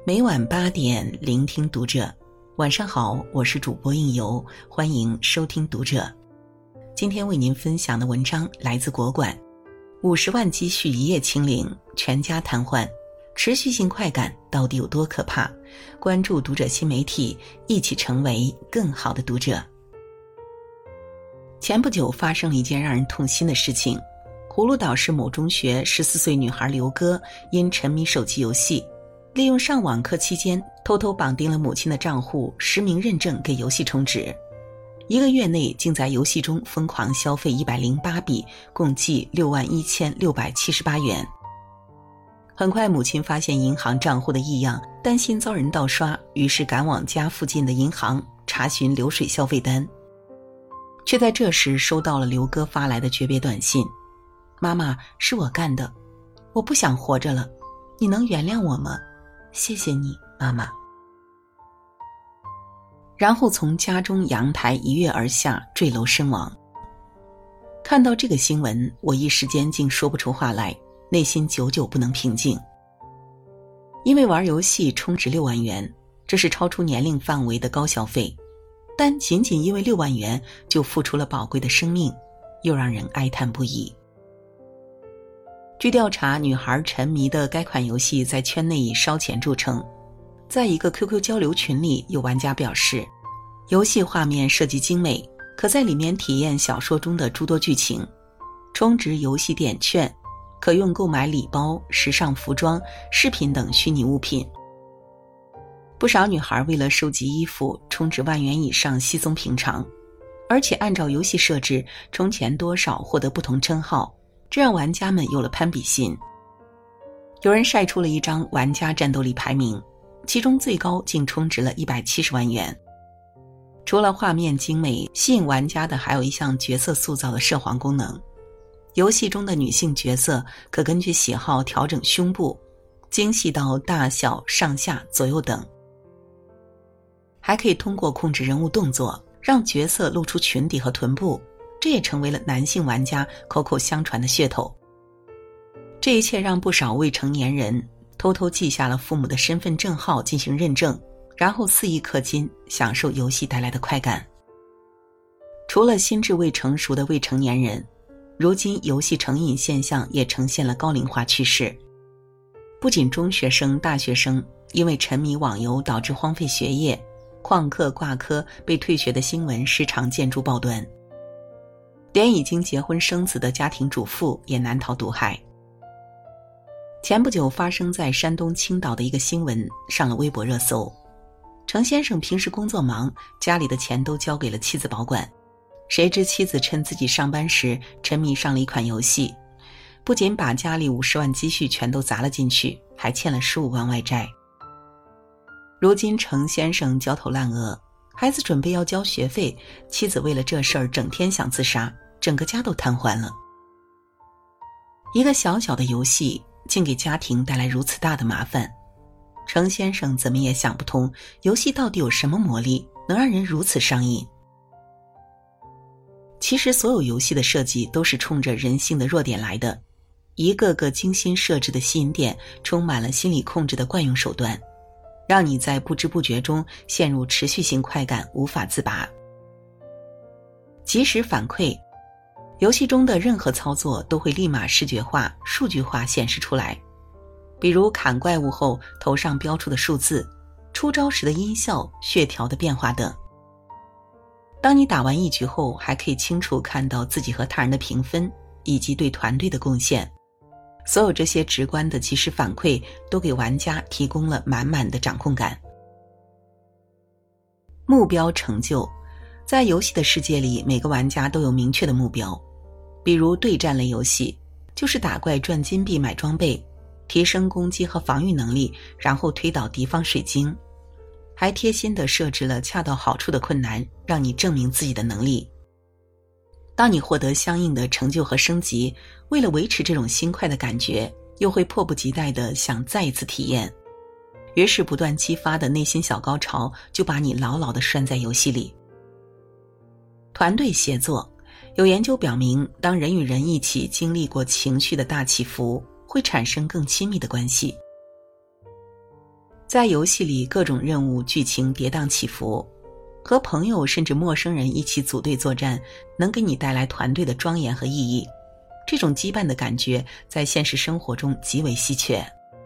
每晚8点聆听读者。晚上好，我是主播应由，欢迎收听读者。今天为您分享的文章来自国馆，50万积蓄一夜清零，全家瘫痪，持续性快感到底有多可怕？关注读者新媒体，一起成为更好的读者。前不久发生了一件让人痛心的事情，葫芦岛市某中学14岁女孩刘歌因沉迷手机游戏，利用上网课期间偷偷绑定了母亲的账户，实名认证给游戏充值。1个月内竟在游戏中疯狂消费108笔，共计61678元。很快母亲发现银行账户的异样，担心遭人盗刷，于是赶往家附近的银行查询流水消费单，却在这时收到了刘歌发来的诀别短信：妈妈，是我干的，我不想活着了，你能原谅我吗？谢谢你，妈妈。然后从家中阳台一跃而下，坠楼身亡。看到这个新闻，我一时间竟说不出话来，内心久久不能平静。因为玩游戏充值6万元，这是超出年龄范围的高消费，但仅仅因为6万元就付出了宝贵的生命，又让人哀叹不已。据调查，女孩沉迷的该款游戏在圈内以烧钱著称。在一个 QQ 交流群里，有玩家表示，游戏画面设计精美，可在里面体验小说中的诸多剧情，充值游戏点券可用购买礼包、时尚服装、饰品等虚拟物品。不少女孩为了收集衣服，充值万元以上稀松平常，而且按照游戏设置，充钱多少获得不同称号，这让玩家们有了攀比心。有人晒出了一张玩家战斗力排名，其中最高竟充值了170万元。除了画面精美，吸引玩家的还有一项角色塑造的涉黄功能。游戏中的女性角色可根据喜好调整胸部，精细到大小、上下、左右等。还可以通过控制人物动作，让角色露出裙底和臀部，这也成为了男性玩家口口相传的噱头。这一切让不少未成年人偷偷记下了父母的身份证号进行认证，然后肆意氪金，享受游戏带来的快感。除了心智未成熟的未成年人，如今游戏成瘾现象也呈现了高龄化趋势。不仅中学生、大学生因为沉迷网游导致荒废学业，旷课挂科被退学的新闻时常见诸报端，连已经结婚生子的家庭主妇也难逃毒害。前不久发生在山东青岛的一个新闻上了微博热搜。程先生平时工作忙，家里的钱都交给了妻子保管，谁知妻子趁自己上班时沉迷上了一款游戏，不仅把家里50万积蓄全都砸了进去，还欠了15万外债。如今程先生焦头烂额，孩子准备要交学费，妻子为了这事儿整天想自杀，整个家都瘫痪了。一个小小的游戏竟给家庭带来如此大的麻烦，程先生怎么也想不通，游戏到底有什么魔力，能让人如此上瘾？其实所有游戏的设计都是冲着人性的弱点来的，一个个精心设置的吸引点，充满了心理控制的惯用手段，让你在不知不觉中陷入持续性快感，无法自拔。及时反馈，游戏中的任何操作都会立马视觉化、数据化显示出来，比如砍怪物后头上标出的数字，出招时的音效、血条的变化等。当你打完一局后，还可以清楚看到自己和他人的评分，以及对团队的贡献。所有这些直观的及时反馈都给玩家提供了满满的掌控感。目标成就，在游戏的世界里，每个玩家都有明确的目标。比如对战类游戏，就是打怪赚金币买装备，提升攻击和防御能力，然后推倒敌方水晶。还贴心地设置了恰到好处的困难，让你证明自己的能力。当你获得相应的成就和升级，为了维持这种心快的感觉，又会迫不及待地想再一次体验。于是不断激发的内心小高潮就把你牢牢地拴在游戏里。团队协作，有研究表明，当人与人一起经历过情绪的大起伏，会产生更亲密的关系。 在游戏里，各种任务剧情跌宕起伏，和朋友甚至陌生人一起组队作战，能给你带来团队的庄严和意义。这种羁绊的感觉在现实生活中极为稀缺。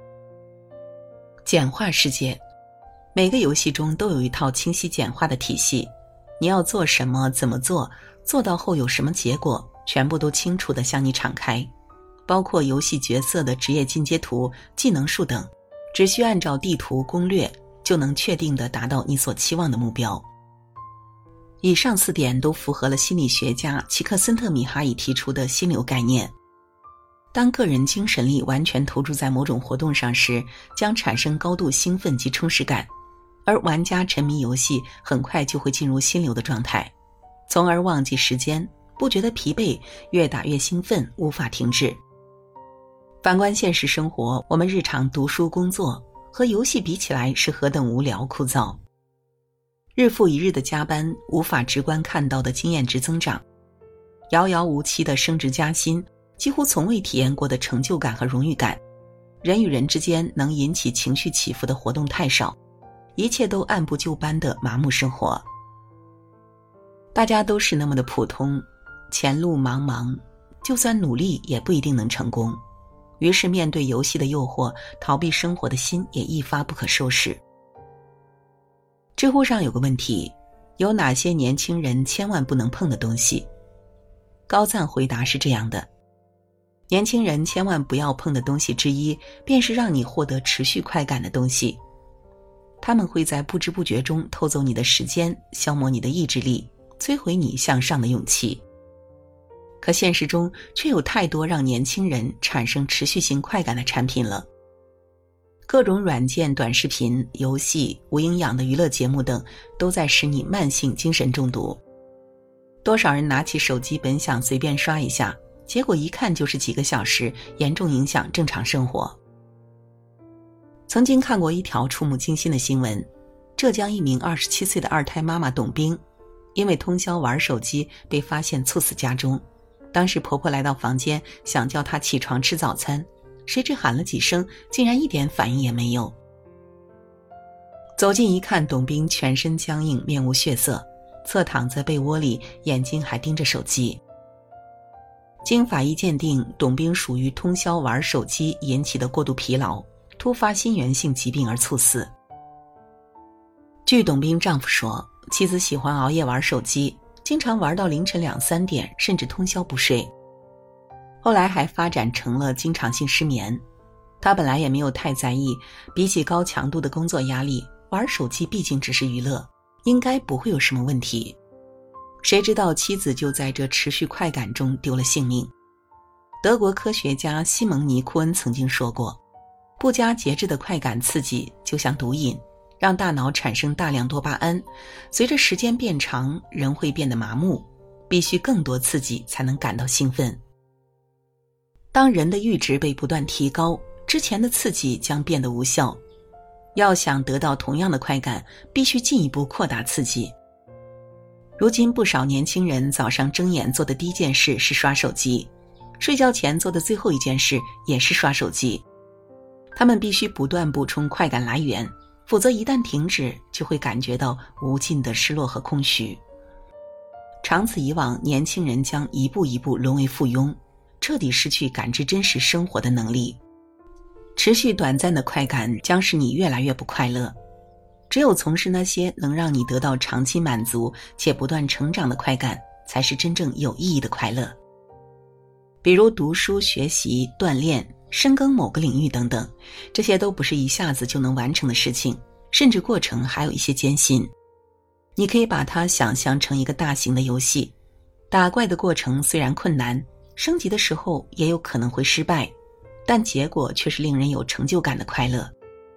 简化世界，每个游戏中都有一套清晰简化的体系，你要做什么，怎么做，做到后有什么结果，全部都清楚地向你敞开，包括游戏角色的职业进阶图、技能树等，只需按照地图攻略就能确定地达到你所期望的目标。以上4点都符合了心理学家齐克森特米哈伊提出的心流概念。当个人精神力完全投注在某种活动上时，将产生高度兴奋及充实感，而玩家沉迷游戏很快就会进入心流的状态，从而忘记时间，不觉得疲惫，越打越兴奋，无法停滞。反观现实生活，我们日常读书工作和游戏比起来是何等无聊枯燥。日复一日的加班，无法直观看到的经验值增长，遥遥无期的升职加薪，几乎从未体验过的成就感和荣誉感，人与人之间能引起情绪起伏的活动太少，一切都按部就班的麻木生活。大家都是那么的普通，前路茫茫，就算努力也不一定能成功。于是面对游戏的诱惑，逃避生活的心也一发不可收拾。知乎上有个问题，有哪些年轻人千万不能碰的东西？高赞回答是这样的：年轻人千万不要碰的东西之一，便是让你获得持续快感的东西。他们会在不知不觉中偷走你的时间，消磨你的意志力，摧毁你向上的勇气。可现实中却有太多让年轻人产生持续性快感的产品了。各种软件、短视频、游戏、无营养的娱乐节目等，都在使你慢性精神中毒。多少人拿起手机本想随便刷一下，结果一看就是几个小时，严重影响正常生活。曾经看过一条触目惊心的新闻，浙江一名27岁的二胎妈妈董冰，因为通宵玩手机被发现猝死家中。当时婆婆来到房间，想叫她起床吃早餐，谁知喊了几声，竟然一点反应也没有。走近一看，董冰全身僵硬，面无血色，侧躺在被窝里，眼睛还盯着手机。经法医鉴定，董冰属于通宵玩手机引起的过度疲劳、突发心源性疾病而猝死。据董冰丈夫说，妻子喜欢熬夜玩手机，经常玩到凌晨2、3点，甚至通宵不睡。后来还发展成了经常性失眠。他本来也没有太在意，比起高强度的工作压力，玩手机毕竟只是娱乐，应该不会有什么问题。谁知道妻子就在这持续快感中丢了性命。德国科学家西蒙尼·库恩曾经说过，不加节制的快感刺激就像毒瘾，让大脑产生大量多巴胺，随着时间变长，人会变得麻木，必须更多刺激才能感到兴奋。当人的阈值被不断提高，之前的刺激将变得无效。要想得到同样的快感，必须进一步扩大刺激。如今不少年轻人早上睁眼做的第一件事是刷手机，睡觉前做的最后一件事也是刷手机。他们必须不断补充快感来源，否则一旦停止，就会感觉到无尽的失落和空虚。长此以往，年轻人将一步一步沦为附庸，彻底失去感知真实生活的能力。持续短暂的快感将使你越来越不快乐。只有从事那些能让你得到长期满足且不断成长的快感，才是真正有意义的快乐。比如读书、学习、锻炼、深耕某个领域等等，这些都不是一下子就能完成的事情，甚至过程还有一些艰辛。你可以把它想象成一个大型的游戏，打怪的过程虽然困难，升级的时候也有可能会失败，但结果却是令人有成就感的快乐。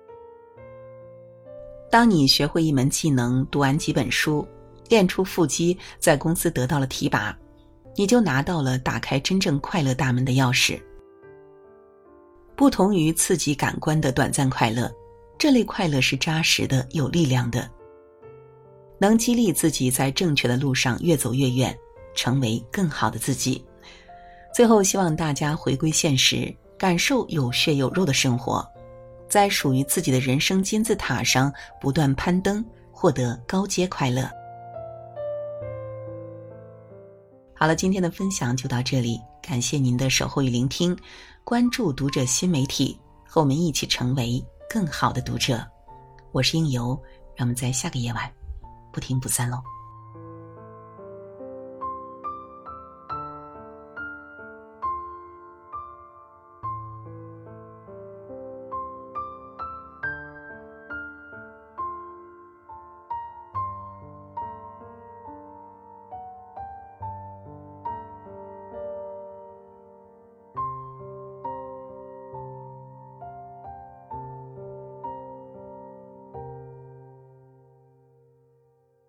当你学会一门技能，读完几本书，练出腹肌，在公司得到了提拔，你就拿到了打开真正快乐大门的钥匙。不同于刺激感官的短暂快乐，这类快乐是扎实的、有力量的，能激励自己在正确的路上越走越远，成为更好的自己。最后希望大家回归现实，感受有血有肉的生活。 在属于自己的人生金字塔上不断攀登，获得高阶快乐。好了，今天的分享就到这里，感谢您的守候与聆听，关注读者新媒体，和我们一起成为更好的读者。我是应由，让我们在下个夜晚不听不散喽。